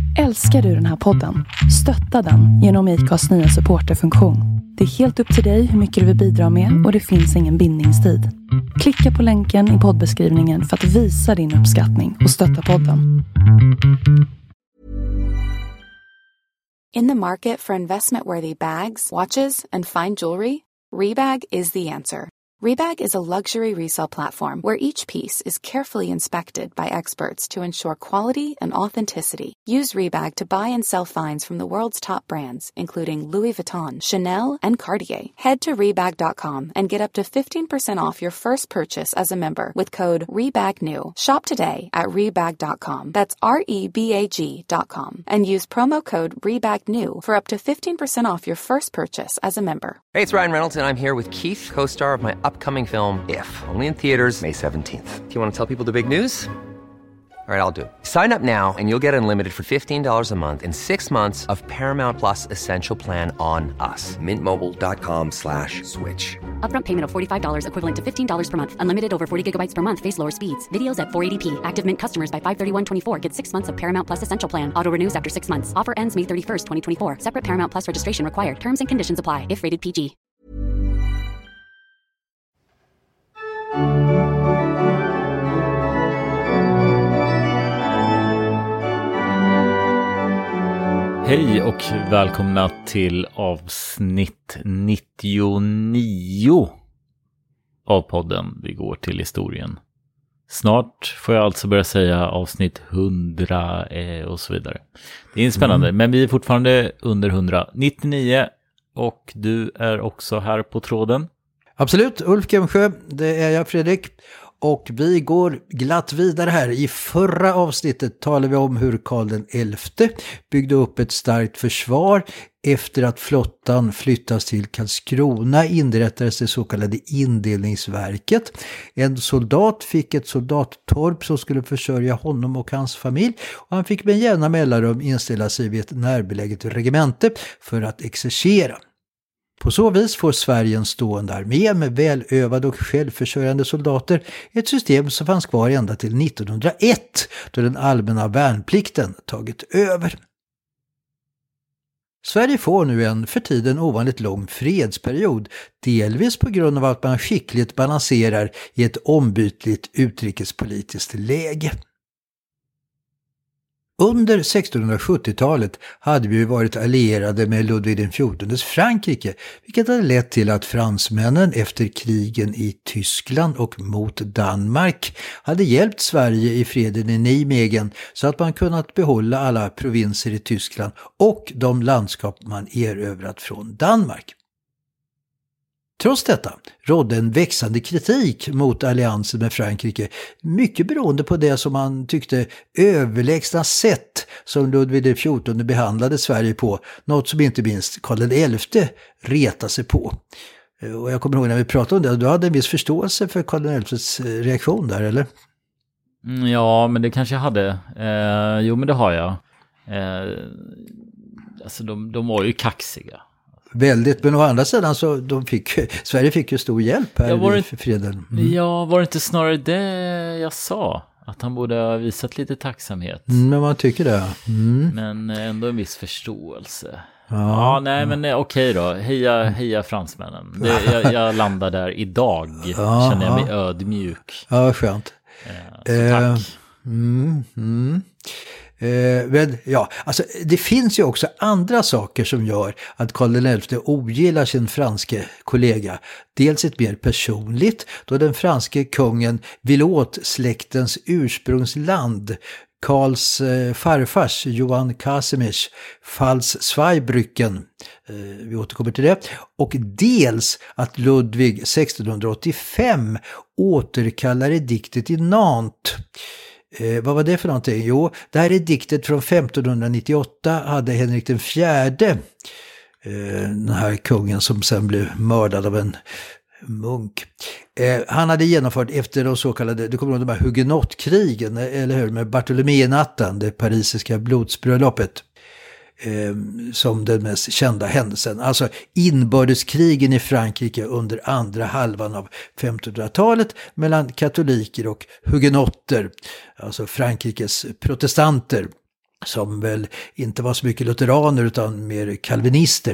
Älskar du den här podden? Stötta den genom IKAs nya supporterfunktion. Det är helt upp till dig hur mycket du vill bidra med och det finns ingen bindningstid. Klicka på länken i poddbeskrivningen för att visa din uppskattning och stötta podden. In the market for investment-worthy bags, watches, and fine jewelry, Rebag is the answer. Rebag is a luxury resale platform where each piece is carefully inspected by experts to ensure quality and authenticity. Use Rebag to buy and sell finds from the world's top brands, including Louis Vuitton, Chanel, and Cartier. Head to Rebag.com and get up to 15% off your first purchase as a member with code REBAGNEW. Shop today at Rebag.com. That's REBAG.com. And use promo code REBAGNEW for up to 15% off your first purchase as a member. Hey, it's Ryan Reynolds, and I'm here with Keith, co-star of my upcoming film, If, only in theaters May 17th. Do you want to tell people the big news? All right, I'll do it. Sign up now and you'll get unlimited for $15 a month and 6 months of Paramount Plus Essential Plan on us. MintMobile.com/switch. Upfront payment of $45 equivalent to $15 per month. Unlimited over 40 gigabytes per month. Face lower speeds. Videos at 480p. Active Mint customers by 531.24 get 6 months of Paramount Plus Essential Plan. Auto renews after 6 months. Offer ends May 31st, 2024. Separate Paramount Plus registration required. Terms and conditions apply if rated PG. Hej och välkomna till avsnitt 99 av podden Vi går till historien. Snart får jag alltså börja säga avsnitt 100 och så vidare. Det är spännande, men vi är fortfarande under 199 och du är också här på tråden. Absolut, Ulf Gemsjö, det är jag, Fredrik. Och vi går glatt vidare här. I förra avsnittet talade vi om hur Karl XI byggde upp ett starkt försvar. Efter att flottan flyttas till Karlskrona inrättades det så kallade indelningsverket. En soldat fick ett soldattorp som skulle försörja honom och hans familj. Och han fick med jämna mellanrum inställa sig vid ett närbeläget regemente för att exercera. På så vis får Sverige en stående armé med välövade och självförsörjande soldater, ett system som fanns kvar ända till 1901 då den allmänna värnplikten tagit över. Sverige får nu en för tiden ovanligt lång fredsperiod, delvis på grund av att man skickligt balanserar i ett ombytligt utrikespolitiskt läge. Under 1670-talet hade vi varit allierade med Ludvig XIVs Frankrike, vilket hade lett till att fransmännen efter krigen i Tyskland och mot Danmark hade hjälpt Sverige i freden i Nijmegen så att man kunnat behålla alla provinser i Tyskland och de landskap man erövrat från Danmark. Trots detta rådde en växande kritik mot alliansen med Frankrike, mycket beroende på det som man tyckte överlägsna sätt som Ludvig XIV behandlade Sverige på, något som inte minst Karl XI retade sig på. Och jag kommer ihåg när vi pratade om det, du hade en viss förståelse för Karl XI:s reaktion där, eller? Ja, men det kanske jag hade. Jo, men det har jag. Alltså de var ju kaxiga. Väldigt, men å andra sidan så Sverige fick ju stor hjälp här i freden. Ja, var det inte snarare det jag sa? Att han borde ha visat lite tacksamhet. Men man tycker det. Men ändå en viss förståelse. Ja, nej, men okej då. Heja fransmännen. Jag landar där idag. Känner jag mig ödmjuk. Ja, skönt. Så tack. Men ja, alltså det finns ju också andra saker som gör att Karl XI ogillar sin franske kollega. Dels ett mer personligt, då den franske kungen vill åt släktens ursprungsland, Karls farfars Johan Casimir Pfalz Zweibrücken, vi återkommer till det, och dels att Ludvig 1685 återkallar ediktet i Nantes. Vad var det för någonting? Jo, det här ediktet från 1598 hade Henrik IV, den här kungen som sen blev mördad av en munk. Han hade genomfört efter de så kallade, du kommer ihåg de här hugenottkrigen, eller hur, med Bartholomenatten, det parisiska blodsbröllopet, som den mest kända händelsen. Alltså inbördeskrigen i Frankrike under andra halvan av 1500-talet mellan katoliker och hugenotter, alltså Frankrikes protestanter. som väl inte var så mycket lutheraner utan mer kalvinister.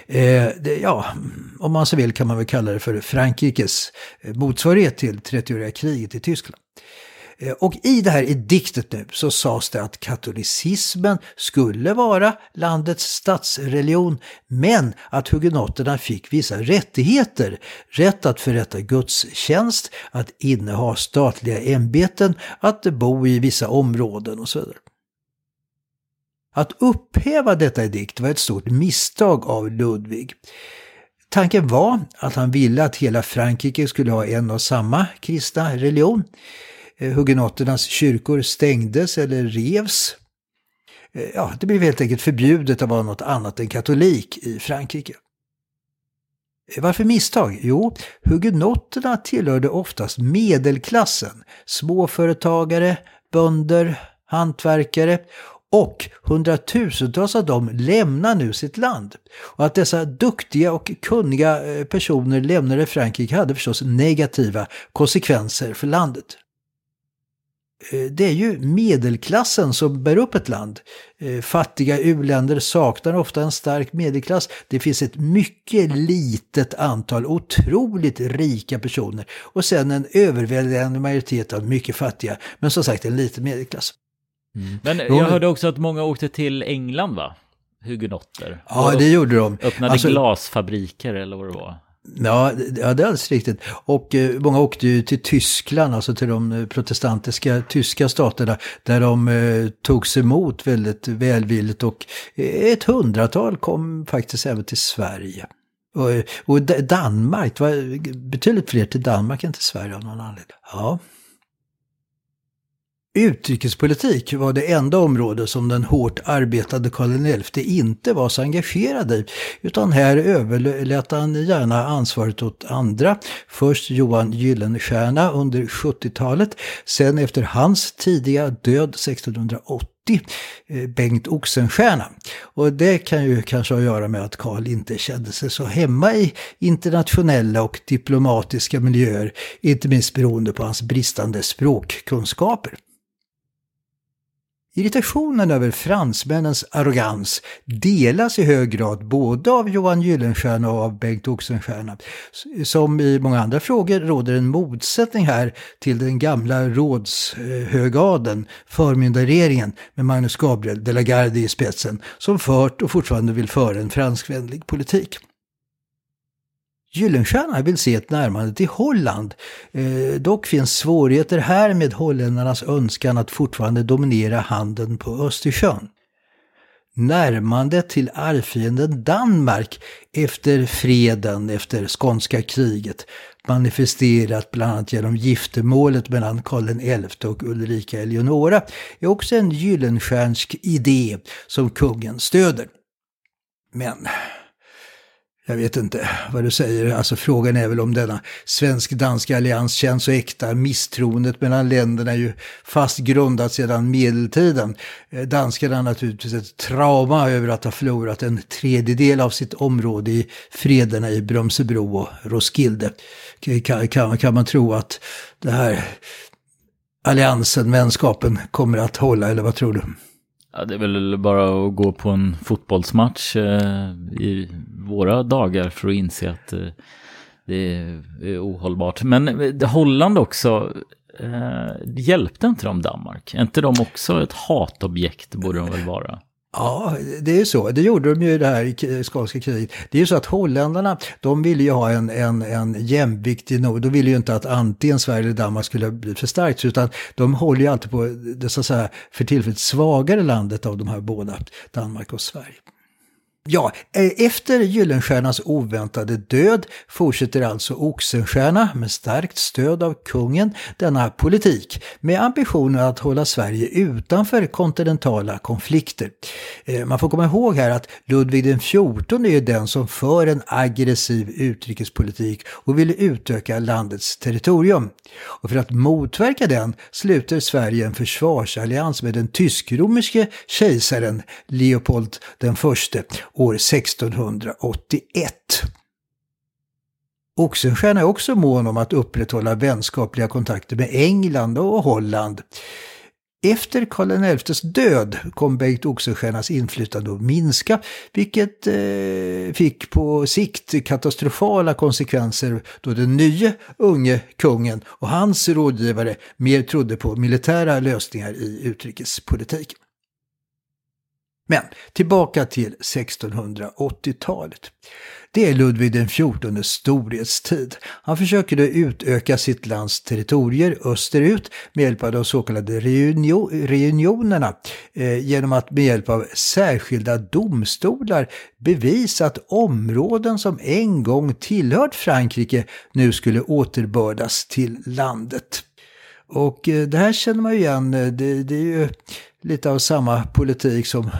Om man så vill kan man väl kalla det för Frankrikes motsvarighet till 30-åriga kriget i Tyskland. Och i det här ediktet nu så sades det att katolicismen skulle vara landets statsreligion, men att hugenotterna fick vissa rättigheter. Rätt att förrätta gudstjänst, att inneha statliga ämbeten, att bo i vissa områden och så vidare. Att upphäva detta edikt var ett stort misstag av Ludvig. Tanken var att han ville att hela Frankrike skulle ha en och samma kristna religion. Hugenotternas kyrkor stängdes eller revs. Det blev helt enkelt förbjudet att vara något annat än katolik i Frankrike. Varför misstag? Jo, hugenotterna tillhörde oftast medelklassen, småföretagare, bönder, hantverkare, och hundratusentals av dem lämnar nu sitt land. Och att dessa duktiga och kunniga personer lämnade Frankrike hade förstås negativa konsekvenser för landet. Det är ju medelklassen som bär upp ett land. Fattiga u-länder saknar ofta en stark medelklass. Det finns ett mycket litet antal otroligt rika personer och sen en överväldigande majoritet av mycket fattiga, men som sagt en liten medelklass. Men jag hörde också att många åkte till England, va? Hugenotter. Ja, det gjorde de. Öppnade glasfabriker eller vad det var. Ja, det är alldeles riktigt. Och många åkte ju till Tyskland, alltså till de protestantiska tyska staterna, där de togs emot väldigt välvilligt, och ett 100-tal kom faktiskt även till Sverige. Och Danmark, det var betydligt fler till Danmark än till Sverige av någon anledning. Ja. Utrikespolitik var det enda område som den hårt arbetade Karl XI inte var så engagerad i, utan här överlät han gärna ansvaret åt andra. Först Johan Gyllenstierna under 70-talet, sen efter hans tidiga död 1680 Bengt Oxenstierna. Och det kan ju kanske ha att göra med att Karl inte kände sig så hemma i internationella och diplomatiska miljöer, inte minst beroende på hans bristande språkkunskaper. Irritationen över fransmännens arrogans delas i hög grad både av Johan Gyllenstierna och av Bengt Oxenstierna. Som i många andra frågor råder en motsättning här till den gamla rådshögadeln, förmyndarregeringen med Magnus Gabriel de la Gardie i spetsen, som fört och fortfarande vill föra en franskvänlig politik. Gyllenstierna vill se ett närmande till Holland. Dock finns svårigheter här med holländarnas önskan att fortfarande dominera handeln på Östersjön. Närmandet till arvfienden Danmark efter freden efter skånska kriget, manifesterat bland annat genom giftermålet mellan Karl XI och Ulrika Eleonora, är också en Gyllenstiernsk idé som kungen stöder. Men jag vet inte vad du säger. Alltså frågan är väl om denna svensk-danska allians känns så äkta. Misstroendet mellan länderna är ju fast grundat sedan medeltiden. Danskarna har naturligtvis ett trauma över att ha förlorat en tredjedel av sitt område i frederna i Brömsebro och Roskilde. Kan man tro att det här alliansen, vänskapen kommer att hålla, eller vad tror du? Ja, det är väl bara att gå på en fotbollsmatch i våra dagar för att inse att det är ohållbart. Men Holland också, hjälpte inte de Danmark? Är inte de också ett hatobjekt, borde de väl vara? Ja, det är ju så. Det gjorde de ju i det här skånska kriget. Det är ju så att holländarna, de ville ju ha en jämvikt i nord. De ville ju inte att antingen Sverige eller Danmark skulle bli för starkt, utan de håller ju alltid på det så att säga för tillfället svagare landet av de här båda, Danmark och Sverige. Ja, efter Gyllenstiernas oväntade död fortsätter alltså Oxenstierna med starkt stöd av kungen denna politik med ambitionen att hålla Sverige utanför kontinentala konflikter. Man får komma ihåg här att Ludvig den XIV är ju den som för en aggressiv utrikespolitik och vill utöka landets territorium. Och för att motverka den sluter Sverige en försvarsallians med den tysk-romerske kejsaren Leopold den förste år 1681. Oxenstierna är också mån om att upprätthålla vänskapliga kontakter med England och Holland. Efter Karl XI:s död kom Bengt Oxenstiernas inflytande att minska, vilket fick på sikt katastrofala konsekvenser då den nya unge kungen och hans rådgivare mer trodde på militära lösningar i utrikespolitik. Men tillbaka till 1680-talet. Det är Ludvig XIVs storhetstid. Han försöker då utöka sitt lands territorier österut med hjälp av de så kallade reunionerna genom att med hjälp av särskilda domstolar bevisa att områden som en gång tillhört Frankrike nu skulle återbördas till landet. Och det här känner man ju igen, det är ju lite av samma politik som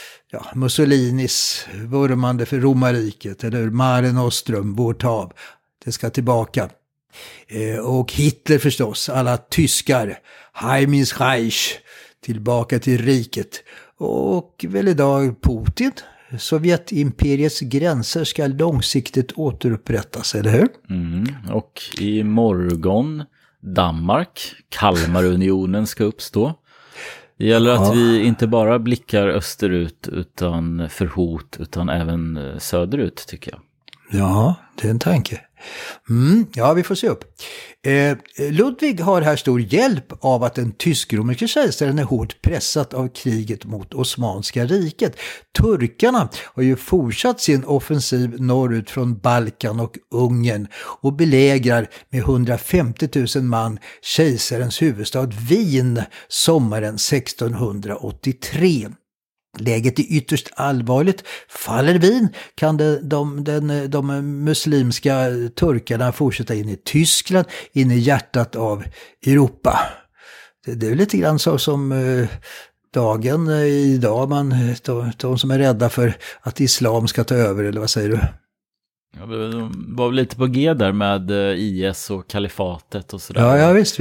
Mussolinis vurmande för romarriket eller Mare Nostrum, vårt hav. Det ska tillbaka. Och Hitler förstås, alla tyskar, Heim ins Reich, tillbaka till riket. Och väl idag Putin, Sovjetimperiets gränser ska långsiktigt återupprättas, eller hur? Och i morgon Danmark, Kalmarunionen ska uppstå. Det gäller att vi inte bara blickar österut utan för hot utan även söderut, tycker jag. Ja, det är en tanke. Ja, vi får se upp. Ludvig har här stor hjälp av att den tysk-romerske kejsaren är hårt pressat av kriget mot Osmanska riket. Turkarna har ju fortsatt sin offensiv norrut från Balkan och Ungern och belägrar med 150 000 man kejsarens huvudstad Wien sommaren 1683. Läget är ytterst allvarligt. Faller Wien kan de muslimska turkarna fortsätta in i Tyskland, in i hjärtat av Europa. Det är lite grann så som dagen idag, de som är rädda för att islam ska ta över, eller vad säger du? Ja, de var lite på G där med IS och kalifatet och sådär. Ja, visst.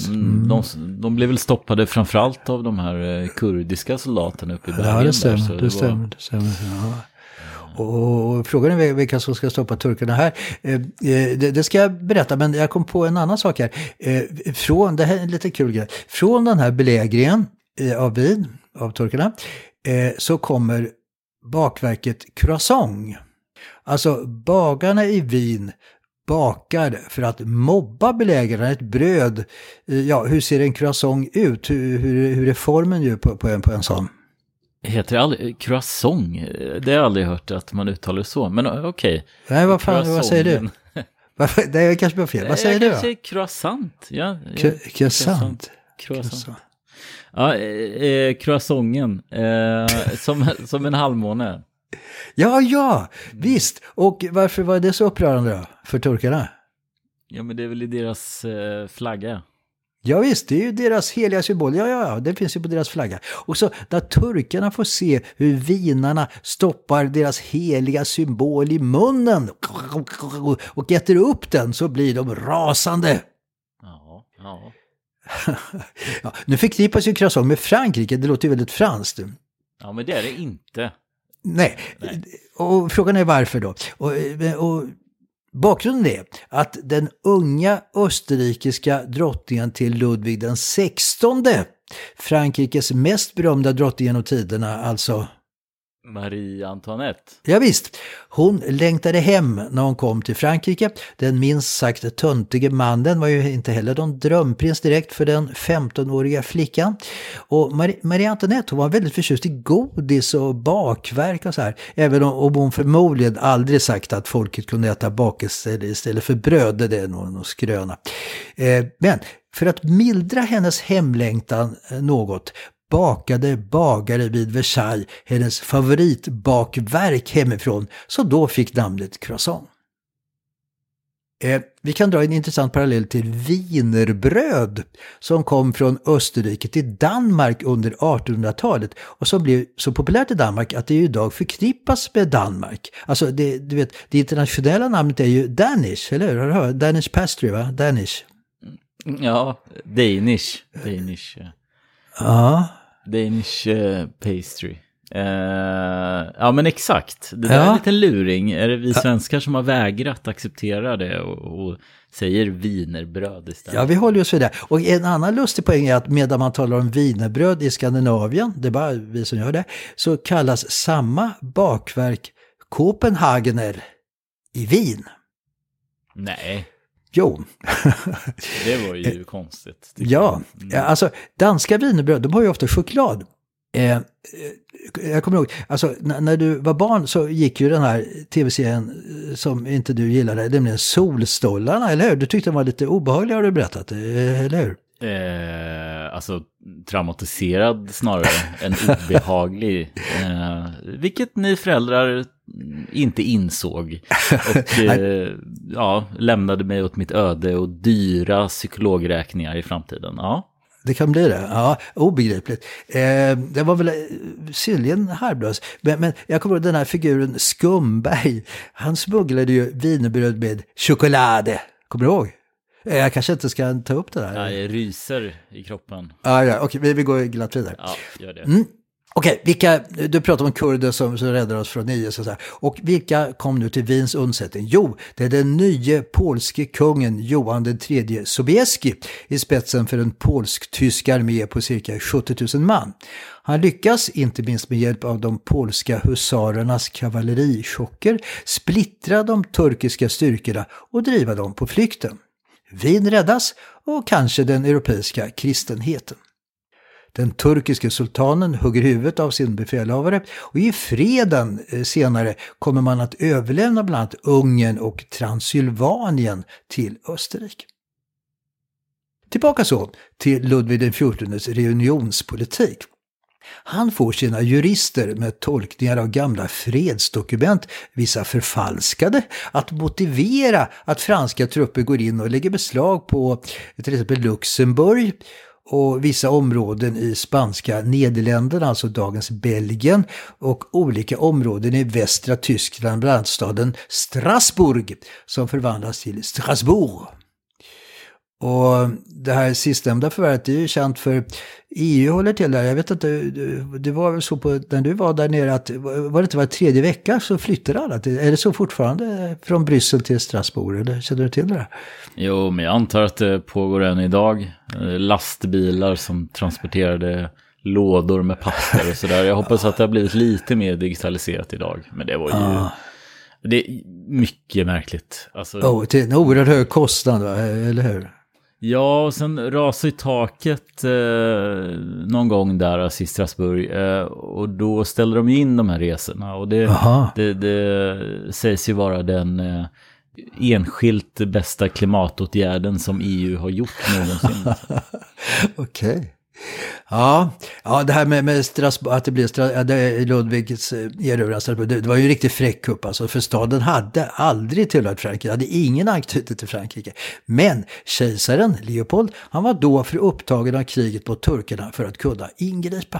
De blev väl stoppade framförallt av de här kurdiska soldaterna uppe i bergen. Ja, det stämmer. Ja. Och frågan är vilka som ska stoppa turkarna här. Det ska jag berätta, men jag kom på en annan sak här. Det här är en lite kul grej. Från den här belägringen av Wien, av turkarna, så kommer bakverket croissant. Alltså bagarna i Wien bakar för att mobba belägarna ett bröd. Ja, hur ser en croissant ut? Hur är formen ju på en sån? Heter det aldrig croissant? Det har jag aldrig hört att man uttalar så. Men okej. Nej, vad säger du? Det är kanske bara fel. Vad säger du då? Jag säger croissant. Ja, croissant. Ja, croissanten. Som en halvmåne. Ja, visst. Och varför var det så upprörande då för turkarna? Ja, men det är väl i deras flagga. Ja visst, det är ju deras heliga symbol. Ja, det finns ju på deras flagga. Och så när turkarna får se hur vinarna stoppar deras heliga symbol i munnen och äter upp den, så blir de rasande. Ja. Ja, nu förknippas ju croissant med Frankrike, det låter ju väldigt franskt. Ja, men det är det inte. Nej. Och frågan är varför då? Och bakgrunden är att den unga österrikiska drottningen till Ludvig den 16, Frankrikes mest berömda drottning genom tiderna, alltså Marie Antoinette. Ja visst, hon längtade hem när hon kom till Frankrike. Den minst sagt töntige mannen var ju inte heller någon drömprins direkt för den 15-åriga flickan. Och Marie Antoinette, hon var väldigt förtjust i godis och bakverk och så här. Även om hon förmodligen aldrig sagt att folket kunde äta bakelser istället för bröd. Det är någon skröna. Men för att mildra hennes hemlängtan något bakade bagare vid Versailles hennes favoritbakverk hemifrån, så då fick namnet croissant. Vi kan dra en intressant parallell till wienerbröd som kom från Österrike till Danmark under 1800-talet och som blev så populärt i Danmark att det idag förknippas med Danmark. Alltså det internationella namnet är ju Danish, eller hur? Har du hört? Danish pastry, va? Danish. Ja, Danish. Ja. Danish pastry. Ja men exakt, det där är en liten luring. Är det vi svenskar som har vägrat acceptera det och säger wienerbröd istället? Ja, vi håller oss vid det. Och en annan lustig poäng är att medan man talar om wienerbröd i Skandinavien, det är bara vi som gör det, så kallas samma bakverk Kopenhagener i Wien. Nej. Jo. Det var ju konstigt. Ja, alltså danska wienerbröd, de har ju ofta choklad. Jag kommer ihåg, alltså när du var barn så gick ju den här tv-serien som inte du gillade, nämligen Solstollarna, eller hur? Du tyckte den var lite obehaglig, har du berättat, eller hur? Alltså traumatiserad snarare än obehaglig, vilket ni föräldrar inte insåg och lämnade mig åt mitt öde och dyra psykologräkningar i framtiden. Ja. Det kan bli det. Ja, obegripligt. Det var väl synnerligen harmlös. Men jag kommer ihåg den här figuren Skumberg. Han smugglade ju wienerbröd med choklad. Kommer du ihåg? Jag kanske inte ska ta upp det där. Nej, ryser i kroppen. Ja, okej, vi går glatt vidare. Ja, gör det. Okej, du pratar om kurder som räddar oss från IS och så här. Och vilka kom nu till Wiens undsättning? Jo, det är den nya polske kungen Johan III Sobieski i spetsen för en polsk-tysk armé på cirka 70 000 man. Han lyckas, inte minst med hjälp av de polska husarernas kavallerichocker, splittra de turkiska styrkorna och driva dem på flykten. Wien räddas och kanske den europeiska kristenheten. Den turkiske sultanen hugger huvudet av sin befälhavare och i freden senare kommer man att överlämna bland annat Ungern och Transylvanien till Österrike. Tillbaka så till Ludvig XIV:s reunionspolitik. Han får sina jurister med tolkningar av gamla fredsdokument, vissa förfalskade, att motivera att franska trupper går in och lägger beslag på till exempel Luxemburg och vissa områden i spanska Nederländerna, alltså dagens Belgien, och olika områden i västra Tyskland, bland annat staden Strasbourg, som förvandlas till Strasbourg. Och det här sistnämnda förvärvet är ju känt för EU håller till där. Jag vet att det var väl så på när du var där nere att var det inte var 3:e vecka så flyttade alla till, är det så fortfarande från Bryssel till Strasbourg, eller känner du till det? Jo, men jag antar att det pågår än idag. Lastbilar som transporterade lådor med papper och sådär. Jag hoppas att det har blivit lite mer digitaliserat idag, men det var ju det är mycket märkligt. Alltså, till en oerhört hög kostnad, va? Eller hur? Ja, och sen rasade i taket någon gång där i Strasbourg och då ställde de in de här resorna och det sägs ju vara den enskilt bästa klimatåtgärden som EU har gjort någonsin. Okej. Ja, det här med Strasbourg, att det blev Ludvigs erövran Strasbourg, det var ju en riktigt fräck kupp alltså, för staden hade aldrig tillhört Frankrike, hade ingen anknytning till Frankrike. Men kejsaren Leopold, han var då för upptagen av kriget på turkarna för att kunna ingripa.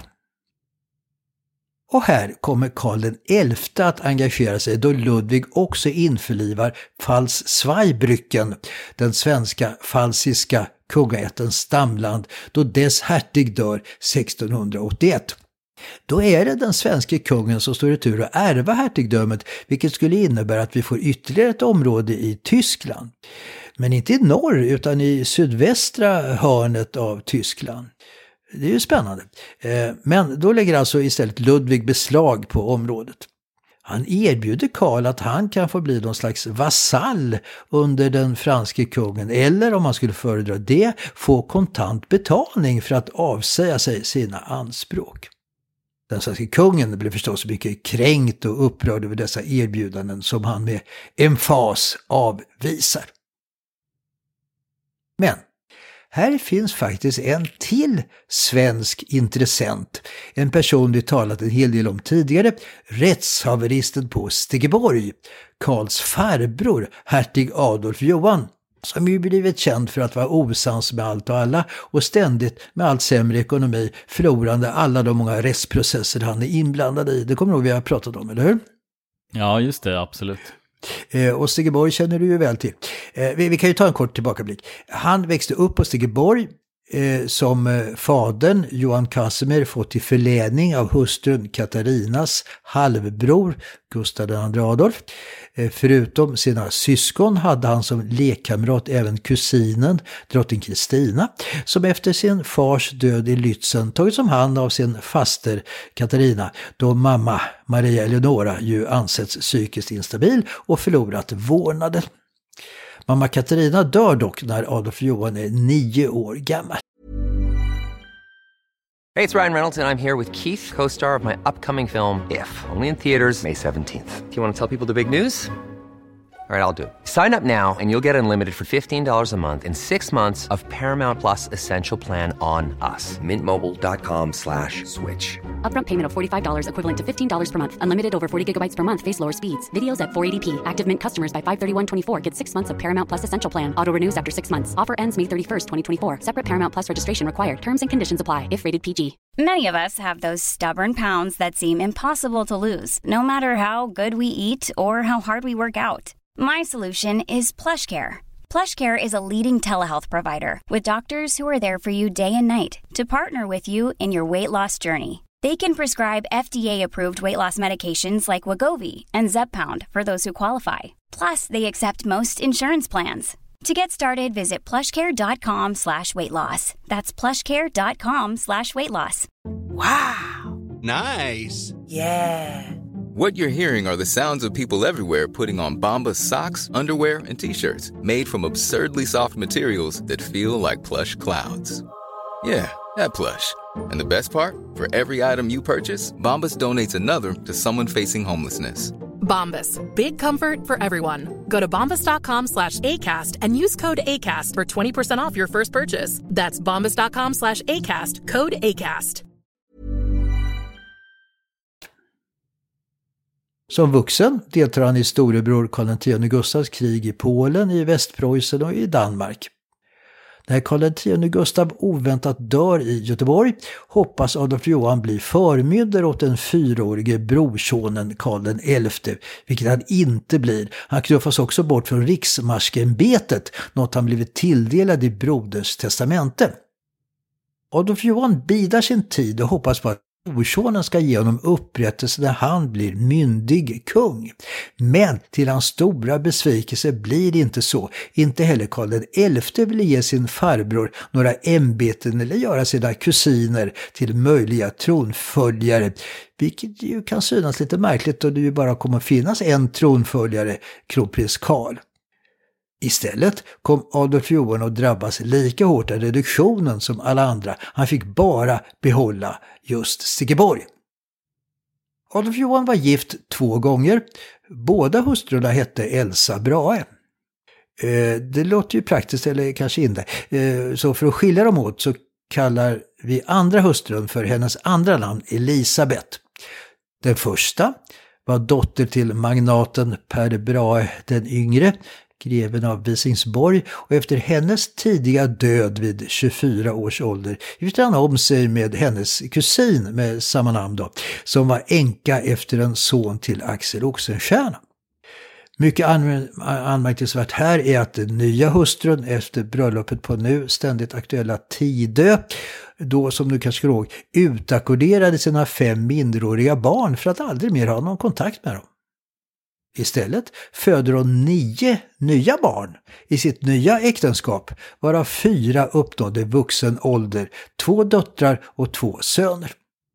Och här kommer Karl XI att engagera sig då Ludvig också införlivar Pfalz-Zweibrücken, den svenska pfalziska kungaättens stamland, då dess hertig dör 1681. Då är det den svenska kungen som står i tur att ärva hertigdömet, vilket skulle innebära att vi får ytterligare ett område i Tyskland. Men inte i norr utan i sydvästra hörnet av Tyskland. Det är ju spännande. Men då lägger alltså istället Ludvig beslag på området. Han erbjuder Karl att han kan få bli någon slags vasall under den franske kungen, eller om man skulle föredra det, få kontant betalning för att avsäga sig sina anspråk. Den svenska kungen blev förstås mycket kränkt och upprörd över dessa erbjudanden som han med emfas avvisar. Men här finns faktiskt en till svensk intressent, en person vi talat en hel del om tidigare, rättshaveristen på Stegeborg, Karls farbror, hertig Adolf Johan, som ju blivit känd för att vara osams med allt och alla och ständigt med allt sämre ekonomi förlorande alla de många rättsprocesser han är inblandad i. Det kommer nog vi har pratat om, eller hur? Ja, just det, absolut. Och Stegeborg känner du ju väl till. Vi kan ju ta en kort tillbakablick. Han växte upp på Stegeborg som fadern Johan Casimir fått i förläning av hustrun Katarinas halvbror Gustav II Adolf. Förutom sina syskon hade han som lekkamrat även kusinen drottning Kristina, som efter sin fars död i Lützen tagits om hand av sin faster Katarina, då mamma Maria Eleonora ju ansetts psykiskt instabil och förlorat vårdnaden. Mamma Katarina dör dock när Adolf Johan är 9 år gammal. Hey, it's Ryan Reynolds, and I'm here with Keith, co-star of my upcoming film, If, only in theaters May 17th. Do you want to tell people the big news? All right, I'll do it. Sign up now and you'll get unlimited for $15 a month and 6 months of Paramount Plus Essential Plan on us. MintMobile.com/switch. Upfront payment of $45 equivalent to $15 per month. Unlimited over 40 gigabytes per month. Face lower speeds. Videos at 480p. Active Mint customers by 531.24 get 6 months of Paramount Plus Essential Plan. Auto renews after 6 months. Offer ends May 31st, 2024. Separate Paramount Plus registration required. Terms and conditions apply if rated PG. Many of us have those stubborn pounds that seem impossible to lose, no matter how good we eat or how hard we work out. My solution is PlushCare. PlushCare is a leading telehealth provider with doctors who are there for you day and night to partner with you in your weight loss journey. They can prescribe FDA-approved weight loss medications like Wegovy and Zepbound for those who qualify. Plus, they accept most insurance plans. To get started, visit plushcare.com/weightloss. That's plushcare.com/weightloss. Wow. Nice. Yeah. What you're hearing are the sounds of people everywhere putting on Bombas socks, underwear, and T-shirts made from absurdly soft materials that feel like plush clouds. Yeah, that plush. And the best part? For every item you purchase, Bombas donates another to someone facing homelessness. Bombas. Big comfort for everyone. Go to bombas.com/ACAST and use code ACAST for 20% off your first purchase. That's bombas.com/ACAST. Code ACAST. Som vuxen deltar han i storebror Karl X Gustavs krig i Polen, i Västpreussen och i Danmark. När Karl X Gustav oväntat dör i Göteborg hoppas Adolf Johan bli förmyndare åt den 4-årige brorsonen Karl XI, vilket han inte blir. Han knuffas också bort från riksmarskämbetet, något han blivit tilldelad i broders testamente. Adolf Johan bidar sin tid och hoppas på att brorsonen ska ge honom upprättelse när han blir myndig kung. Men till hans stora besvikelse blir det inte så. Inte heller Karl XI vill ge sin farbror några ämbeten eller göra sina kusiner till möjliga tronföljare. Vilket ju kan synas lite märkligt då det ju bara kommer finnas en tronföljare, kronprins Karl. Istället kom Adolf Johan att drabbas lika hårt av reduktionen som alla andra. Han fick bara behålla just Stigeborg. Adolf Johan var gift 2 gånger. Båda hustrurna hette Elsa Brahe. Det låter ju praktiskt, eller kanske inte. Så för att skilja dem åt så kallar vi andra hustrun för hennes andra namn, Elisabeth. Den första var dotter till magnaten Per Brahe den yngre, greven av Visingsborg, och efter hennes tidiga död vid 24 års ålder gifte han om sig med hennes kusin med samma namn då, som var änka efter en son till Axel Oxenstierna. Mycket anmärkningsvärt här är att den nya hustrun efter bröllopet på nu ständigt aktuella Tidö, då som du kanske ihåg, utakkorderade sina 5 minderåriga barn för att aldrig mer ha någon kontakt med dem. Istället föder hon 9 nya barn i sitt nya äktenskap, varav 4 uppnådde vuxen ålder, 2 döttrar och 2 söner.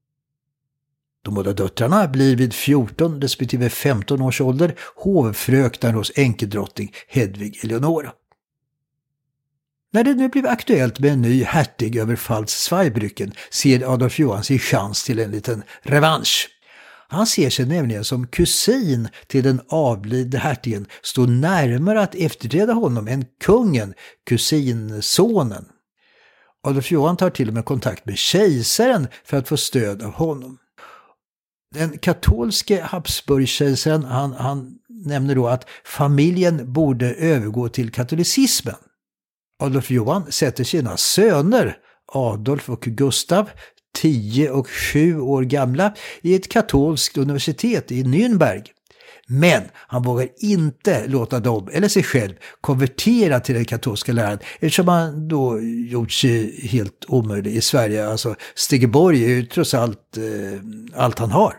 De båda döttrarna blir vid 14 respektive 15 års ålder hovfröknar hos enkedrottning Hedvig Eleonora. När det nu blev aktuellt med en ny hertig över Pfalz-Zweibrücken ser Adolf Johan sin chans till en liten revansch. Han ser sig nämligen som kusin till den avlidne hertigen, stå närmare att efterträda honom än kungen, kusinsonen. Adolf Johan tar till och med kontakt med kejsaren för att få stöd av honom. Den katolske Habsburgkejsaren han nämner då att familjen borde övergå till katolicismen. Adolf Johan sätter sina söner, Adolf och Gustav, 10 och 7 år gamla, i ett katolskt universitet i Nürnberg. Men han vågar inte låta dem eller sig själv konvertera till den katolska läran, eftersom han då gjort sig helt omöjlig i Sverige. Alltså Stegeborg är ju trots allt han har.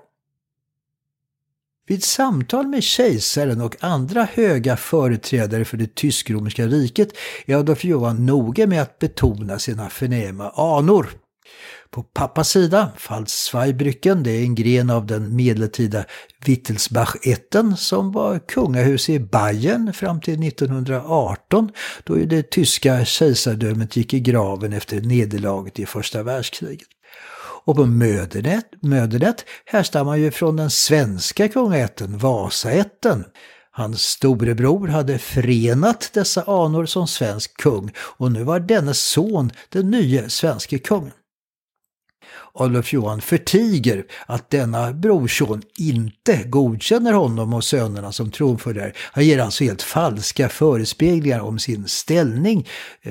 Vid samtal med kejsaren och andra höga företrädare för det tysk-romerska riket är Adolf Johan noga med att betona sina förnäma anor. På pappas sida, Pfalz-Zweibrücken, det är en gren av den medeltida Wittelsbach-ätten som var kungahus i Bayern fram till 1918, då det tyska kejsardömet gick i graven efter nederlaget i första världskriget. Och på Mödernet härstammar ju från den svenska kungaätten, Vasaätten. Hans storebror hade förenat dessa anor som svensk kung och nu var dennes son den nya svenska kungen. Adolf Johan förtiger att denna brorson inte godkänner honom och sönerna som tronföljare. Han ger alltså helt falska förespeglingar om sin ställning,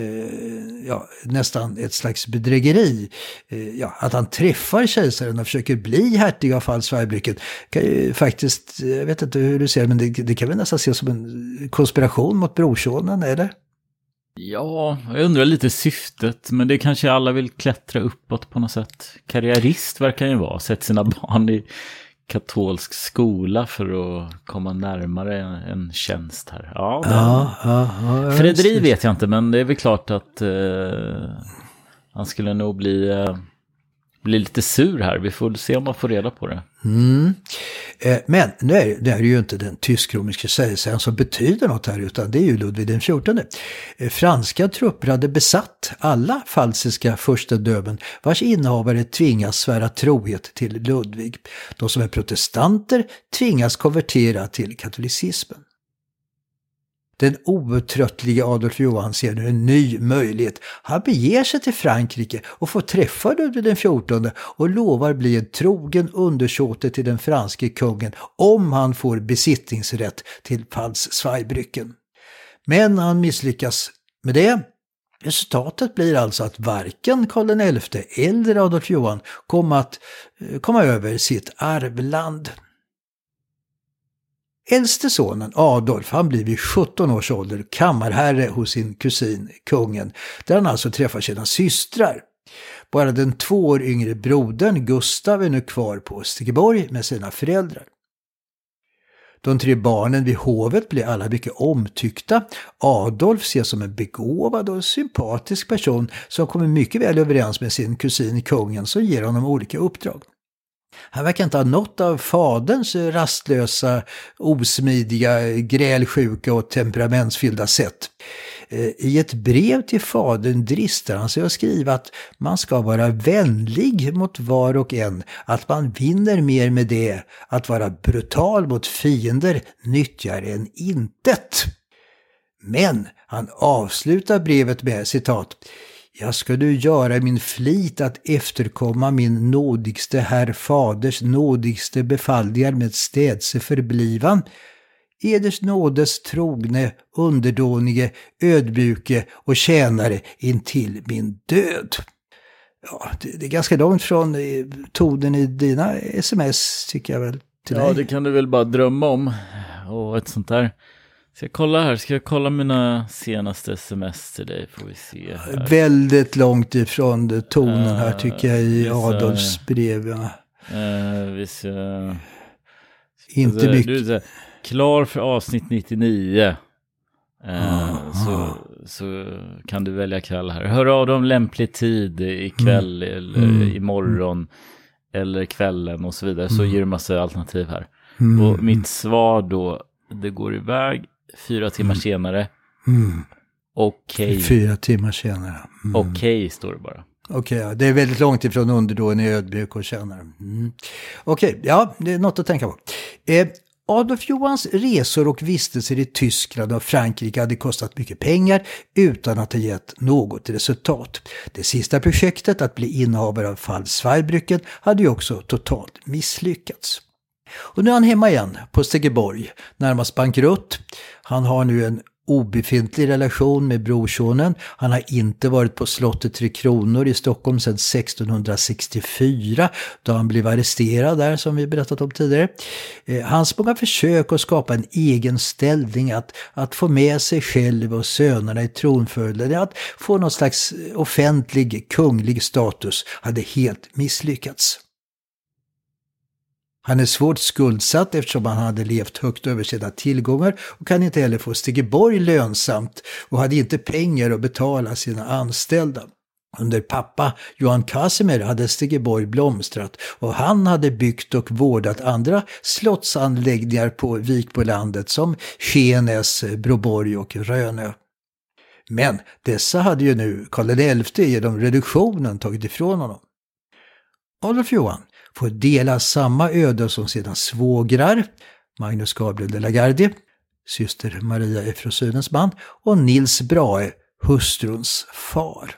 nästan ett slags bedrägeri. Att han träffar kejsaren och försöker bli hertig av Pfalz-Zweibrücken kan ju faktiskt, jag vet inte hur du ser, men det kan vi nästan se som en konspiration mot brorsonen, eller? Ja, jag undrar lite syftet, men det kanske alla vill klättra uppåt på något sätt. Karriärist verkar ju vara, sett sina barn i katolsk skola för att komma närmare en tjänst här. Ja, Fredrik vet jag inte, men det är väl klart att han skulle nog bli lite sur här. Vi får se om man får reda på det. Men nu är det ju inte den tysk-romerska kejsaren som betyder något här, utan det är ju Ludvig den 14. Franska trupper hade besatt alla pfalziska furstedömen vars innehavare tvingas svära trohet till Ludvig. De som är protestanter tvingas konvertera till katolicismen. Den outtröttliga Adolf Johan ser nu en ny möjlighet. Han beger sig till Frankrike och får träffa Ludvig den 14 och lovar bli en trogen undersåte till den franske kungen om han får besittningsrätt till Pfalz-Zweibrücken. Men han misslyckas med det. Resultatet blir alltså att varken Karl XI eller Adolf Johan komma över sitt arvland. Äldste sonen Adolf, han blir vid 17 års ålder kammarherre hos sin kusin kungen, där han alltså träffar sina systrar. Bara den 2 år yngre brodern Gustav är nu kvar på Stegeborg med sina föräldrar. De 3 barnen vid hovet blir alla mycket omtyckta. Adolf ses som en begåvad och sympatisk person som kommer mycket väl överens med sin kusin kungen, som ger honom olika uppdrag. Han verkar inte ha något av faderns rastlösa, osmidiga, grälsjuka och temperamentsfyllda sätt. I ett brev till fadern dristar han sig att skriva att man ska vara vänlig mot var och en, att man vinner mer med det, att vara brutal mot fiender nyttjar en intet. Men han avslutar brevet med citat: "Jag ska nu göra min flit att efterkomma min nådigste herr faders nådigste befallningar med städse förblivan, eders nådes trogne, underdånige, ödmjuke och tjänare intill min död." Ja, det är ganska långt från tonen i dina sms, tycker jag väl, till dig. Ja, det kan du väl bara drömma om. Och ett sånt där. Ska jag kolla mina senaste sms till dig, får vi se här. Väldigt långt ifrån tonen här, tycker jag, i Adolfs brev. Ja. Inte mycket. Du är klar för avsnitt 99. Så kan du välja kväll här. Hör av dem lämplig tid ikväll eller imorgon eller kvällen och så vidare. Så ger du massa alternativ här. Och mitt svar då, det går iväg 4 timmar senare. Okej. 4 timmar senare. Okej, står det bara. Okej, ja. Det är väldigt långt ifrån underdånig, ödmjuk och tjänare. Okej, ja, det är något att tänka på. Adolf Johans resor och vistelser i Tyskland och Frankrike hade kostat mycket pengar utan att ha gett något resultat. Det sista projektet, att bli innehavare av Pfalz-Zweibrücken, hade ju också totalt misslyckats. Och nu är han hemma igen på Stegeborg, närmast bankrutt. Han har nu en obefintlig relation med brorsonen. Han har inte varit på slottet Tre Kronor i Stockholm sedan 1664 då han blev arresterad där, som vi berättat om tidigare. Hans många försök att skapa en egen ställning, att få med sig själv och sönerna i tronföljden, att få någon slags offentlig kunglig status hade helt misslyckats. Han är svårt skuldsatt eftersom han hade levt högt över sina tillgångar och kan inte heller få Stegeborg lönsamt och hade inte pengar att betala sina anställda. Under pappa Johan Casimir hade Stegeborg blomstrat och han hade byggt och vårdat andra slottsanläggningar på Vikbolandet som Skenäs, Broborg och Rönö. Men dessa hade ju nu Karl XI genom reduktionen tagit ifrån honom. Adolf Johan får dela samma öde som sina svågrar, Magnus Gabriel de la Gardie, syster Maria Efrosynens man, och Nils Brahe, hustruns far.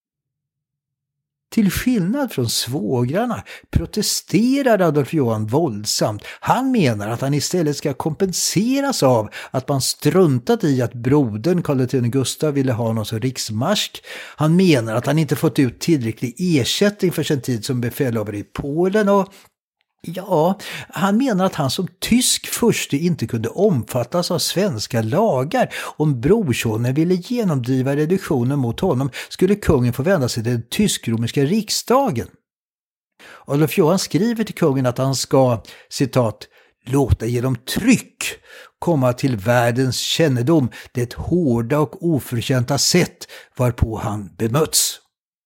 Till skillnad från svågrarna protesterar Adolf Johan våldsamt. Han menar att han istället ska kompenseras av att man struntat i att brodern Karl X Gustav ville ha någon som riksmarsk. Han menar att han inte fått ut tillräcklig ersättning för sin tid som befälhavare i Polen och han menar att han som tysk furste inte kunde omfattas av svenska lagar. Om brorsonen ville genomdriva reduktionen mot honom skulle kungen få vända sig till den tysk-romerska riksdagen. Adolf Johan skriver till kungen att han ska, citat, låta genom tryck komma till världens kännedom det hårda och oförtjänta sätt varpå han bemöts.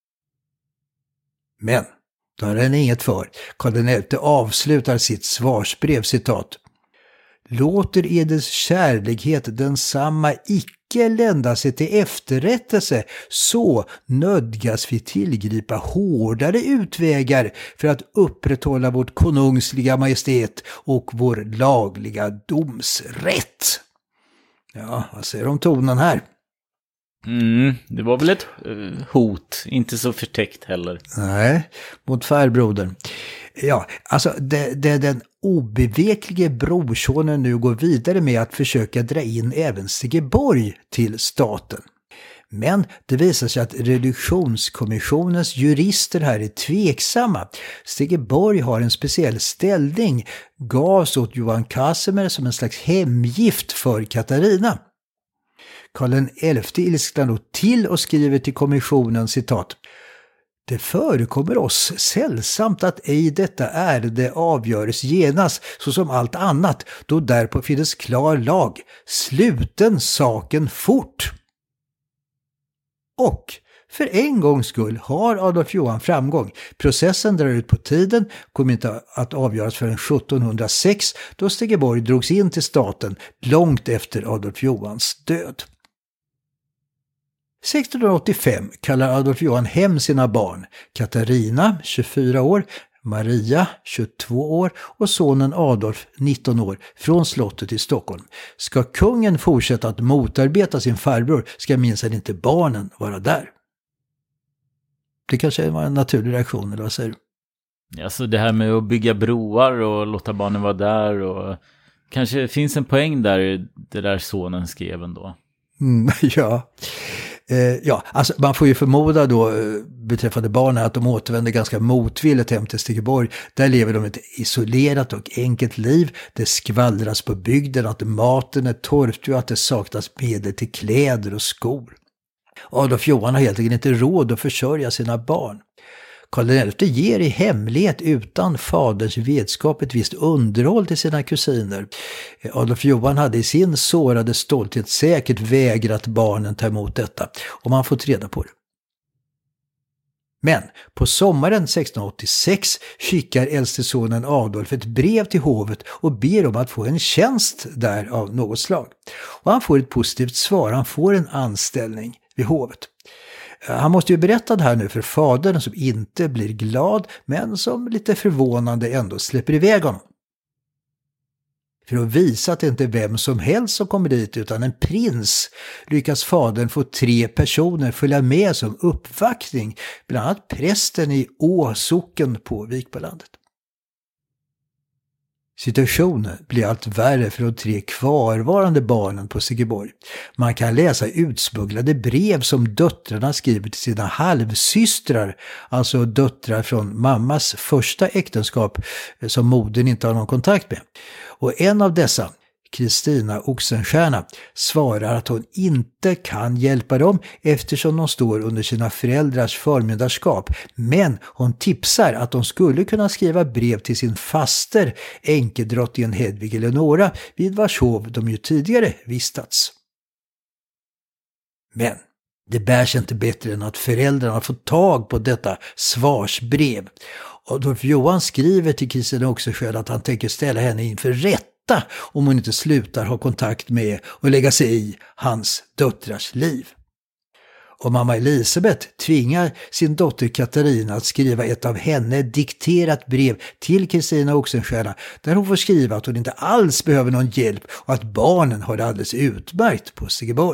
Men då har han inget för. Karl XI avslutar sitt svarsbrev, citat. Låter eders kärlighet densamma icke lända sig till efterrättelse, så nödgas vi tillgripa hårdare utvägar för att upprätthålla vårt konungsliga majestät och vår lagliga domsrätt. Ja, vad säger de om tonen här? Det var väl ett hot, inte så förtäckt heller. Nej, mot färbrodern. Ja, alltså den obeveklige brorsonen nu går vidare med att försöka dra in även Stegeborg till staten. Men det visar sig att reduktionskommissionens jurister här är tveksamma. Stegeborg har en speciell ställning, gavs åt Johan Casimir som en slags hemgift för Katarina. Karl XI ilsknar då till och skriver till kommissionen, citat. Det förekommer oss sällsamt att ej detta ärende avgöres genast såsom allt annat, då därpå finnes klar lag. Sluten saken fort. Och för en gångs skull har Adolf Johan framgång. Processen drar ut på tiden, kommer inte att avgöras förrän 1706 då Stegeborg drogs in till staten långt efter Adolf Johans död. 1685 kallar Adolf Johan hem sina barn, Katarina, 24 år, Maria, 22 år och sonen Adolf, 19 år, från slottet i Stockholm. Ska kungen fortsätta att motarbeta sin farbror ska minsann inte barnen vara där. Det kanske var en naturlig reaktion, eller vad säger du? Alltså det här med att bygga broar och låta barnen vara där och kanske finns en poäng där det där sonen skrev ändå. Ja, alltså man får ju förmoda då beträffande barnen att de återvänder ganska motvilligt hem till Stegeborg. Där lever de ett isolerat och enkelt liv. Det skvallras på bygden att maten är torftig och att det saknas medel till kläder och skor. Adolf Johan har helt enkelt inte råd att försörja sina barn. Karl XI ger i hemlighet utan faderns vetskap ett visst underhåll till sina kusiner. Adolf Johan hade i sin sårade stolthet säkert vägrat barnen ta emot detta, och man får reda på det. Men på sommaren 1686 skickar äldste sonen Adolf ett brev till hovet och ber om att få en tjänst där av något slag. Och han får ett positivt svar, han får en anställning vid hovet. Han måste ju berätta det här nu för fadern som inte blir glad men som lite förvånande ändå släpper iväg honom. För att visa att det inte är vem som helst som kommer dit utan en prins lyckas fadern få 3 personer följa med som uppvaktning, bland annat prästen i Åsocken på Vikbolandet. Situationen blir allt värre för de 3 kvarvarande barnen på Segeborg. Man kan läsa utsmugglade brev som döttrarna skriver till sina halvsystrar, alltså döttrar från mammas första äktenskap som modern inte har någon kontakt med. Och en av dessa, Kristina Oxenstierna, svarar att hon inte kan hjälpa dem eftersom de står under sina föräldrars förmyndarskap. Men hon tipsar att de skulle kunna skriva brev till sin faster, änkedrottningen Hedvig Eleonora, vid vars hov de ju tidigare vistats. Men det bär sig inte bättre än att föräldrarna får tag på detta svarsbrev. Adolf Johan skriver till Kristina Oxenstierna att han tänker ställa henne inför rätt om hon inte slutar ha kontakt med och lägga sig i hans döttrars liv. Och mamma Elisabeth tvingar sin dotter Katarina att skriva ett av henne dikterat brev till Kristina Oxenstierna där hon får skriva att hon inte alls behöver någon hjälp och att barnen har det alldeles utmärkt på Segeborg.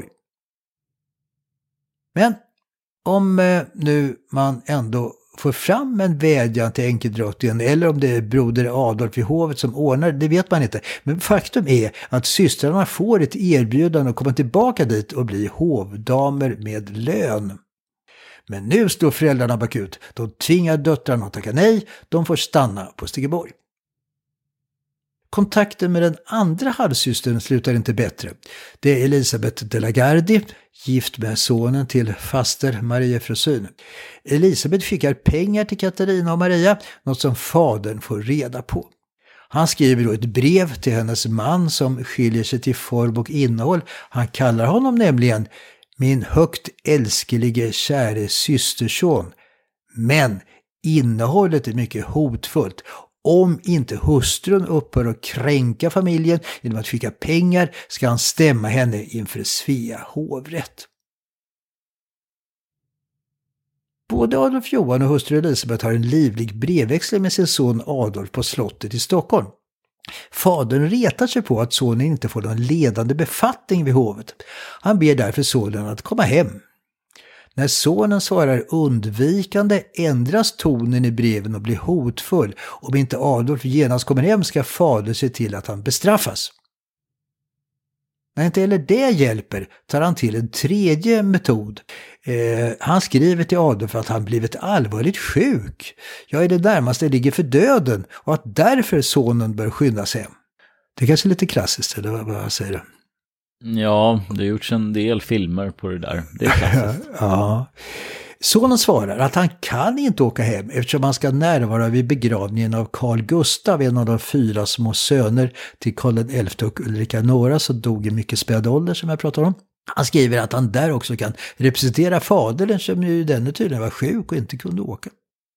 Men om nu man ändå får fram en vädjan till änkedrottningen eller om det är broder Adolf i hovet som ordnar, det vet man inte. Men faktum är att systrarna får ett erbjudande att komma tillbaka dit och bli hovdamer med lön. Men nu står föräldrarna bakut. De tvingar döttrarna att tacka nej. De får stanna på Segeborg. Kontakten med den andra halvsystern slutar inte bättre. Det är Elisabeth de la Gardie, gift med sonen till faster Maria Frosyn. Elisabeth skickar pengar till Katarina och Maria, något som fadern får reda på. Han skriver då ett brev till hennes man som skiljer sig till form och innehåll. Han kallar honom nämligen min högt älskelige käre systerson. Men innehållet är mycket hotfullt. Om inte hustrun upphör att kränka familjen genom att skicka pengar ska han stämma henne inför Svea hovrätt. Både Adolf Johan och hustru Elisabeth har en livlig brevväxling med sin son Adolf på slottet i Stockholm. Fadern retar sig på att sonen inte får någon ledande befattning vid hovet. Han ber därför sonen att komma hem. När sonen svarar undvikande ändras tonen i breven och blir hotfull. Om inte Adolf genast kommer hem ska fadern se till att han bestraffas. När inte heller det hjälper tar han till en tredje metod. Han skriver till Adolf att han blivit allvarligt sjuk. Jag är det närmaste ligger för döden och att därför sonen bör skyndas hem. Det är kanske lite klassiskt, eller vad säger du? Ja, det har gjorts en del filmer på det där. Det är klassiskt. Ja. Sonen svarar att han kan inte åka hem eftersom han ska närvara vid begravningen av Carl Gustav, en av de 4 små söner till Karl XI och Ulrika Nora som dog i mycket späd ålder som jag pratar om. Han skriver att han där också kan representera fadern som ju denne tydligen var sjuk och inte kunde åka.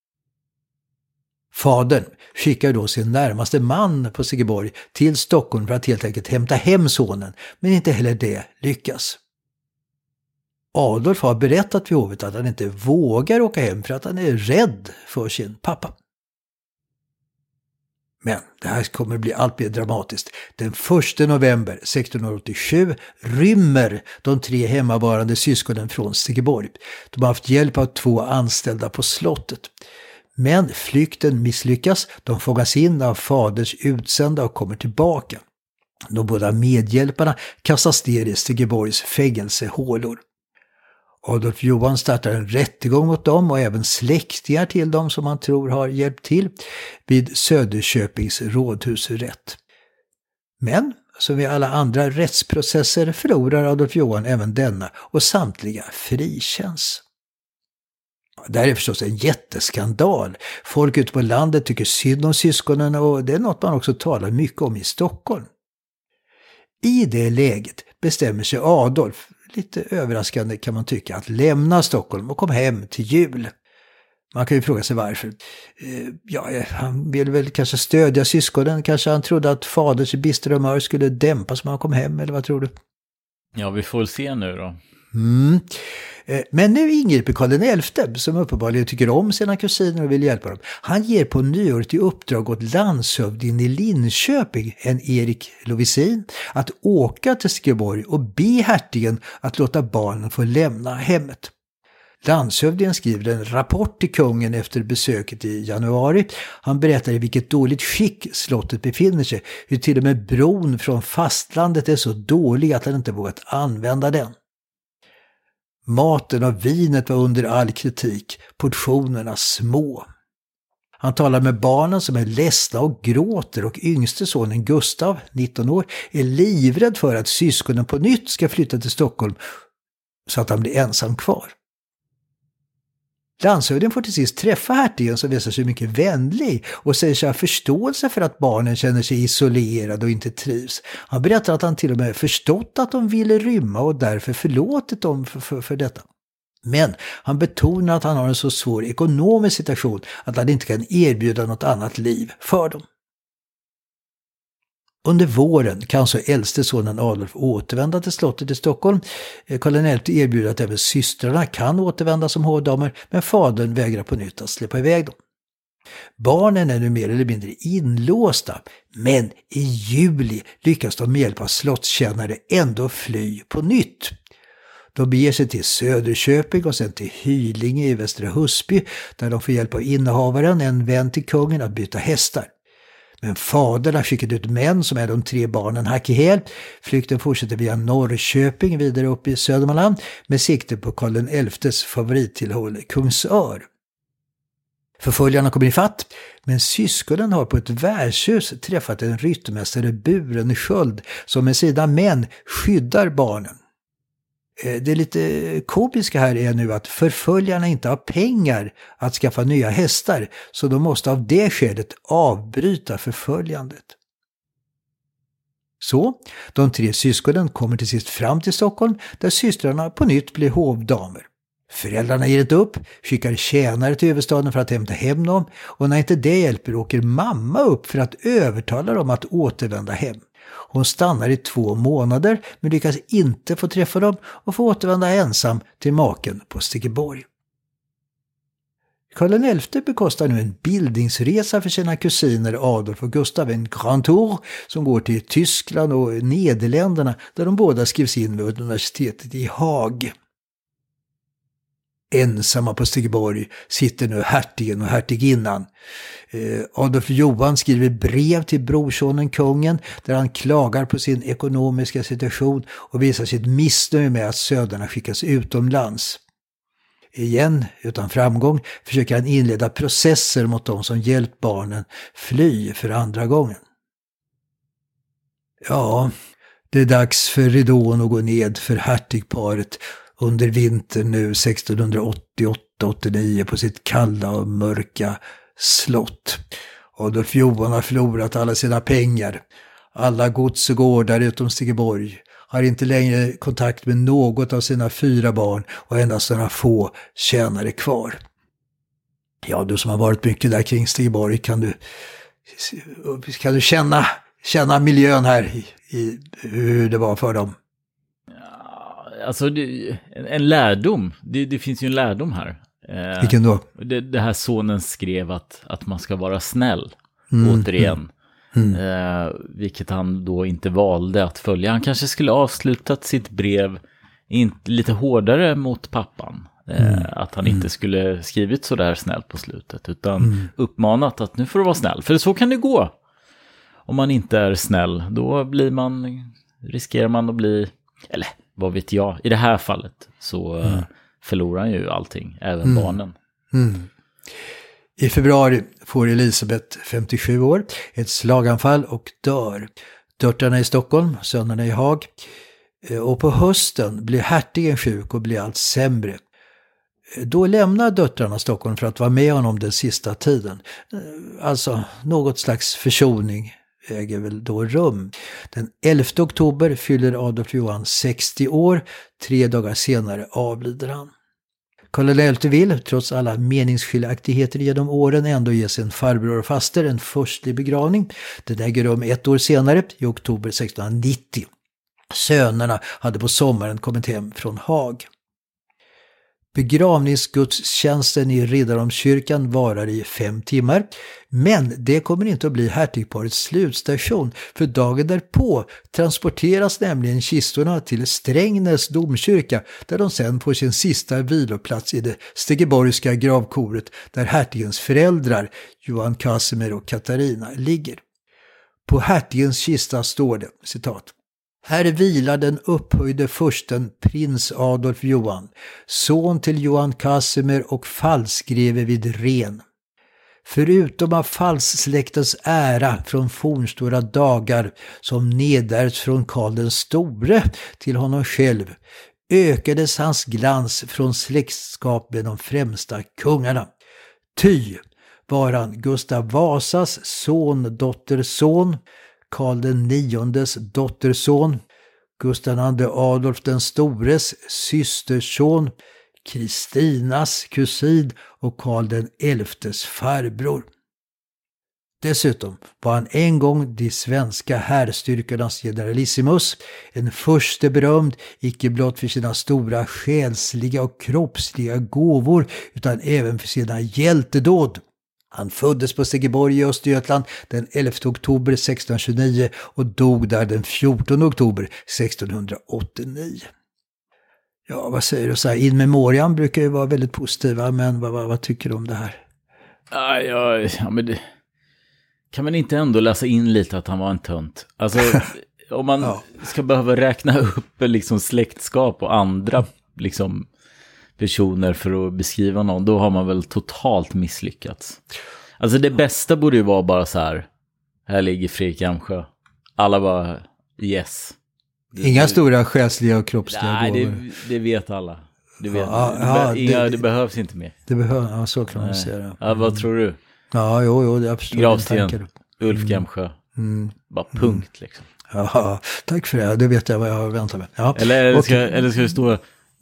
Fadern skickar då sin närmaste man på Segeborg till Stockholm för att helt enkelt hämta hem sonen, men inte heller det lyckas. Adolf har berättat vid hovet att han inte vågar åka hem för att han är rädd för sin pappa. Men det här kommer bli allt mer dramatiskt. Den 1 november 1687 rymmer de 3 hemmavarande syskonen från Segeborg. De har haft hjälp av 2 anställda på slottet. Men flykten misslyckas, de fångas in av faders utsända och kommer tillbaka. De båda medhjälparna kastas ner i Segeborgs fängelsehålor. Adolf Johan startar en rättegång mot dem och även släktingar till dem som man tror har hjälpt till vid Söderköpings rådhusrätt. Men som vid alla andra rättsprocesser förlorar Adolf Johan även denna och samtliga frikänns. Det här är förstås en jätteskandal. Folk ute på landet tycker synd om syskonen och det är något man också talar mycket om i Stockholm. I det läget bestämmer sig Adolf, lite överraskande kan man tycka, att lämna Stockholm och komma hem till jul. Man kan ju fråga sig varför. Han ville väl kanske stödja syskonen. Kanske han trodde att faders bistra humör skulle dämpas när han kom hem, eller vad tror du? Ja, vi får väl se nu då. Men nu ingriper Karl XI, som uppenbarligen tycker om sina kusiner och vill hjälpa dem. Han ger på nyåret i uppdrag åt landshövdingen i Linköping, en Erik Lovisin, att åka till Segeborg och be hertigen att låta barnen få lämna hemmet. Landshövdingen skriver en rapport till kungen efter besöket i januari. Han berättar i vilket dåligt skick slottet befinner sig. Hur till och med bron från fastlandet är så dålig att han inte vågat använda den. Maten och vinet var under all kritik, portionerna små. Han talar med barnen som är ledsna och gråter och yngste sonen Gustav, 19 år, är livrädd för att syskonen på nytt ska flytta till Stockholm så att han blir ensam kvar. Landshövdingen får till sist träffa hertigen som visar sig mycket vänlig och säger sig ha förståelse för att barnen känner sig isolerade och inte trivs. Han berättar att han till och med förstått att de ville rymma och därför förlåtit dem för detta. Men han betonar att han har en så svår ekonomisk situation att han inte kan erbjuda något annat liv för dem. Under våren kan så äldste sonen Adolf återvända till slottet i Stockholm. Karl XI erbjuder att även systrarna kan återvända som hovdamer, men fadern vägrar på nytt att släppa iväg dem. Barnen är nu mer eller mindre inlåsta, men i juli lyckas de med hjälp av slottstjänare ändå fly på nytt. De beger sig till Söderköping och sen till Hylinge i Västra Husby där de får hjälp av innehavaren, en vän till kungen, att byta hästar. Men fadern har skickat ut män som är de 3 barnen hack i häl. Flykten fortsätter via Norrköping vidare upp i Södermanland med sikte på Karl XI:s favorittillhåll Kungsör. Förföljarna kommer i fatt, men syskonen har på ett värdshus träffat en ryttmästare Burenskjöld som med sina män skyddar barnen. Det lite komiska här är nu att förföljarna inte har pengar att skaffa nya hästar, så de måste av det skälet avbryta förföljandet. Så, de 3 syskonen kommer till sist fram till Stockholm där systrarna på nytt blir hovdamer. Föräldrarna ger inte upp, skickar tjänare till huvudstaden för att hämta hem dem, och när inte det hjälper åker mamma upp för att övertala dem att återvända hem. Hon stannar i 2 månader men lyckas inte få träffa dem och får återvända ensam till maken på Stigeborg. Karl XI bekostar nu en bildningsresa för sina kusiner Adolf och Gustav, en Grand Tour som går till Tyskland och Nederländerna där de båda skrivs in vid universitetet i Haag. Ensamma på Stigeborg sitter nu hertigen och hertiginnan. Adolf Johan skriver brev till brorsonen kungen där han klagar på sin ekonomiska situation och visar sitt missnöje med att söderna skickas utomlands. Igen, utan framgång, försöker han inleda processer mot de som hjälpt barnen fly för andra gången. Ja, det är dags för ridån att gå ned för hertigparet under vintern nu 1688-89 på sitt kalla och mörka slott. Adolf Johan har förlorat alla sina pengar. Alla gods och gårdar utom Stigeborg. Har inte längre kontakt med något av sina 4 barn och endast några få tjänare kvar. Ja, du som har varit mycket där kring Stigeborg, kan du känna miljön här i hur det var för dem? Alltså en lärdom, det finns ju en lärdom här. Vilken då? Det här sonen skrev att man ska vara snäll, återigen. Vilket han då inte valde att följa. Han kanske skulle avslutat sitt brev lite hårdare mot pappan. Att han inte skulle skrivit så där snällt på slutet, utan uppmanat att nu får du vara snäll. För så kan det gå. Om man inte är snäll, då riskerar man att bli, eller vad vet jag, i det här fallet så förlorar han ju allting, även barnen. I februari får Elisabeth, 57 år, ett slaganfall och dör. Döttrarna i Stockholm, sönerna i Haag. Och på hösten blir hertigen sjuk och blir allt sämre. Då lämnar döttrarna Stockholm för att vara med honom den sista tiden. Alltså något slags försoning äger väl då rum. Den 11 oktober fyller Adolf Johan 60 år. 3 dagar senare avlider han. Karl XI vill, trots alla meningsskiljaktigheter genom åren, ändå ge sin farbror och faster en förstlig begravning. Det äger rum 1 år senare, i oktober 1690. Sönerna hade på sommaren kommit hem från Haag. Begravningsgudstjänsten i Riddarholmskyrkan varar i 5 timmar. Men det kommer inte att bli hertigparets slutstation, för dagen därpå transporteras nämligen kistorna till Strängnäs domkyrka, där de sen får sin sista viloplats i det stegeborgska gravkoret där hertigens föräldrar, Johan Casimir och Katarina, ligger. På hertigens kista står det, citat: "Här vilar den upphöjde fursten prins Adolf Johan, son till Johan Casimir och fallsgreve vid Ren. Förutom av falssläktens ära från fornstora dagar som nedärvts från Karl den store till honom själv, ökades hans glans från släktskap med de främsta kungarna. Ty var han Gustav Vasas dotterson, Karl den IX:s dotterson, Gustav II Adolf den stores systerson, Kristinas kusin och Karl den XI:s farbror. Dessutom var han en gång de svenska härstyrkornas generalissimus, en förste berömd icke blott för sina stora själsliga och kroppsliga gåvor utan även för sina hjältedåd. Han föddes på Stegeborg i Östergötland den 11 oktober 1629 och dog där den 14 oktober 1689. Ja, vad säger du? Så här, in memoriam brukar ju vara väldigt positiva, men vad tycker du om det här? Ja, men det... Kan man inte ändå läsa in lite att han var en tönt? Alltså, om man ska behöva räkna upp liksom släktskap och andra liksom personer för att beskriva någon, då har man väl totalt misslyckats. Alltså det bästa borde ju vara bara så här ligger Fredrik Amsjö. Alla bara, yes. Inga stora själsliga och kroppsliga gåvor. Nej, det vet alla. Det behövs inte mer. Så kan man säga det. Ja, vad tror du? Ja, jag förstår. Gravsten, Ulf Gamsjö. Bara punkt liksom. Ja, tack för det. Det vet jag vad jag väntar med. Ja. Eller ska det stå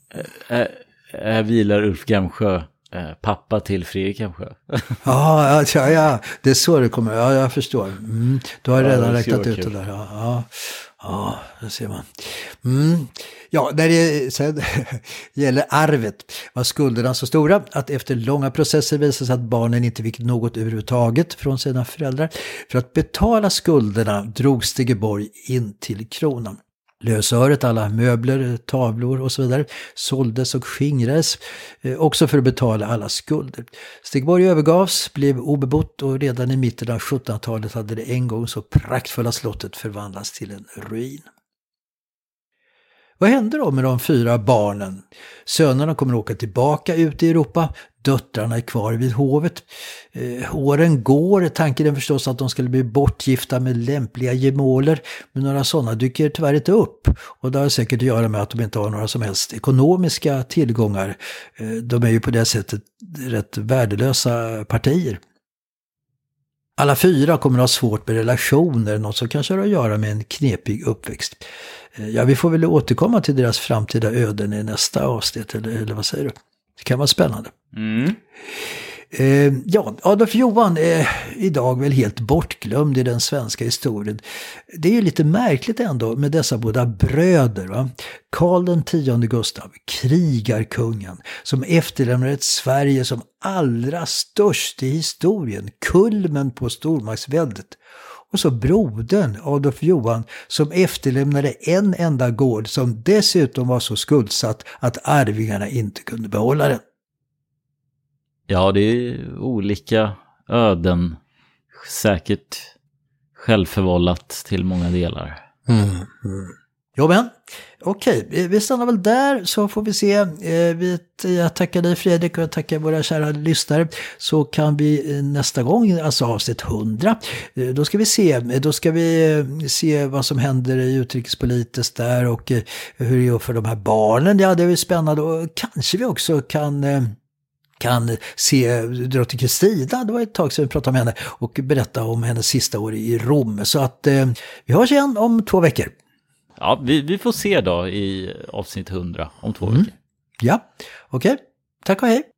vilar Ulf Gamsjö, pappa till Fredrik Gamsjö. Ja, det är så det kommer. Ja, jag förstår. Du har redan räknat ut det där. Ja, det ser man. Ja, när det sen gäller arvet var skulderna så stora att efter långa processer visade sig att barnen inte fick något överhuvudtaget från sina föräldrar. För att betala skulderna drog Stegeborg in till kronan. Lösöret, alla möbler, tavlor och så vidare såldes och skingrades också för att betala alla skulder. Stegeborg övergavs, blev obebott och redan i mitten av 1700-talet hade det en gång så praktfulla slottet förvandlats till en ruin. Vad händer då med de 4 barnen? Sönerna kommer att åka tillbaka ut i Europa. Döttrarna är kvar vid hovet. Åren går. Tanken är förstås att de skulle bli bortgifta med lämpliga gemåler. Men några sådana dyker tyvärr inte upp. Och det har säkert att göra med att de inte har några som helst ekonomiska tillgångar. De är ju på det sättet rätt värdelösa partier. Alla 4 kommer att ha svårt med relationer, något som kanske har att göra med en knepig uppväxt. Ja, vi får väl återkomma till deras framtida öden i nästa avsnitt, eller vad säger du? Det kan vara spännande. Adolf Johan är idag väl helt bortglömd i den svenska historien. Det är ju lite märkligt ändå med dessa båda bröder. Va? Karl den 10 Gustav, krigarkungen, som efterlämnar ett Sverige som allra störst i historien, kulmen på stormaktsväldet. Och så brodern Adolf Johan som efterlämnade en enda gård som dessutom var så skuldsatt att arvingarna inte kunde behålla den. Ja, det är olika öden. Säkert självförvållat till många delar. Jo, men okej, vi stannar väl där så får vi se. Jag tackar dig Fredrik och jag tackar våra kära lyssnare. Så kan vi nästa gång, alltså avsnitt 100, då ska vi se vad som händer i utrikespolitiskt där och hur det är för de här barnen. Ja, det är spännande och kanske vi också kan se drottning Kristina, det var ett tag sedan vi pratade med henne, och berätta om hennes sista år i Rom. Så att vi hörs igen om 2 veckor. Ja, vi får se då i avsnitt 100 om 2 veckor. Ja, okej. Tack och hej.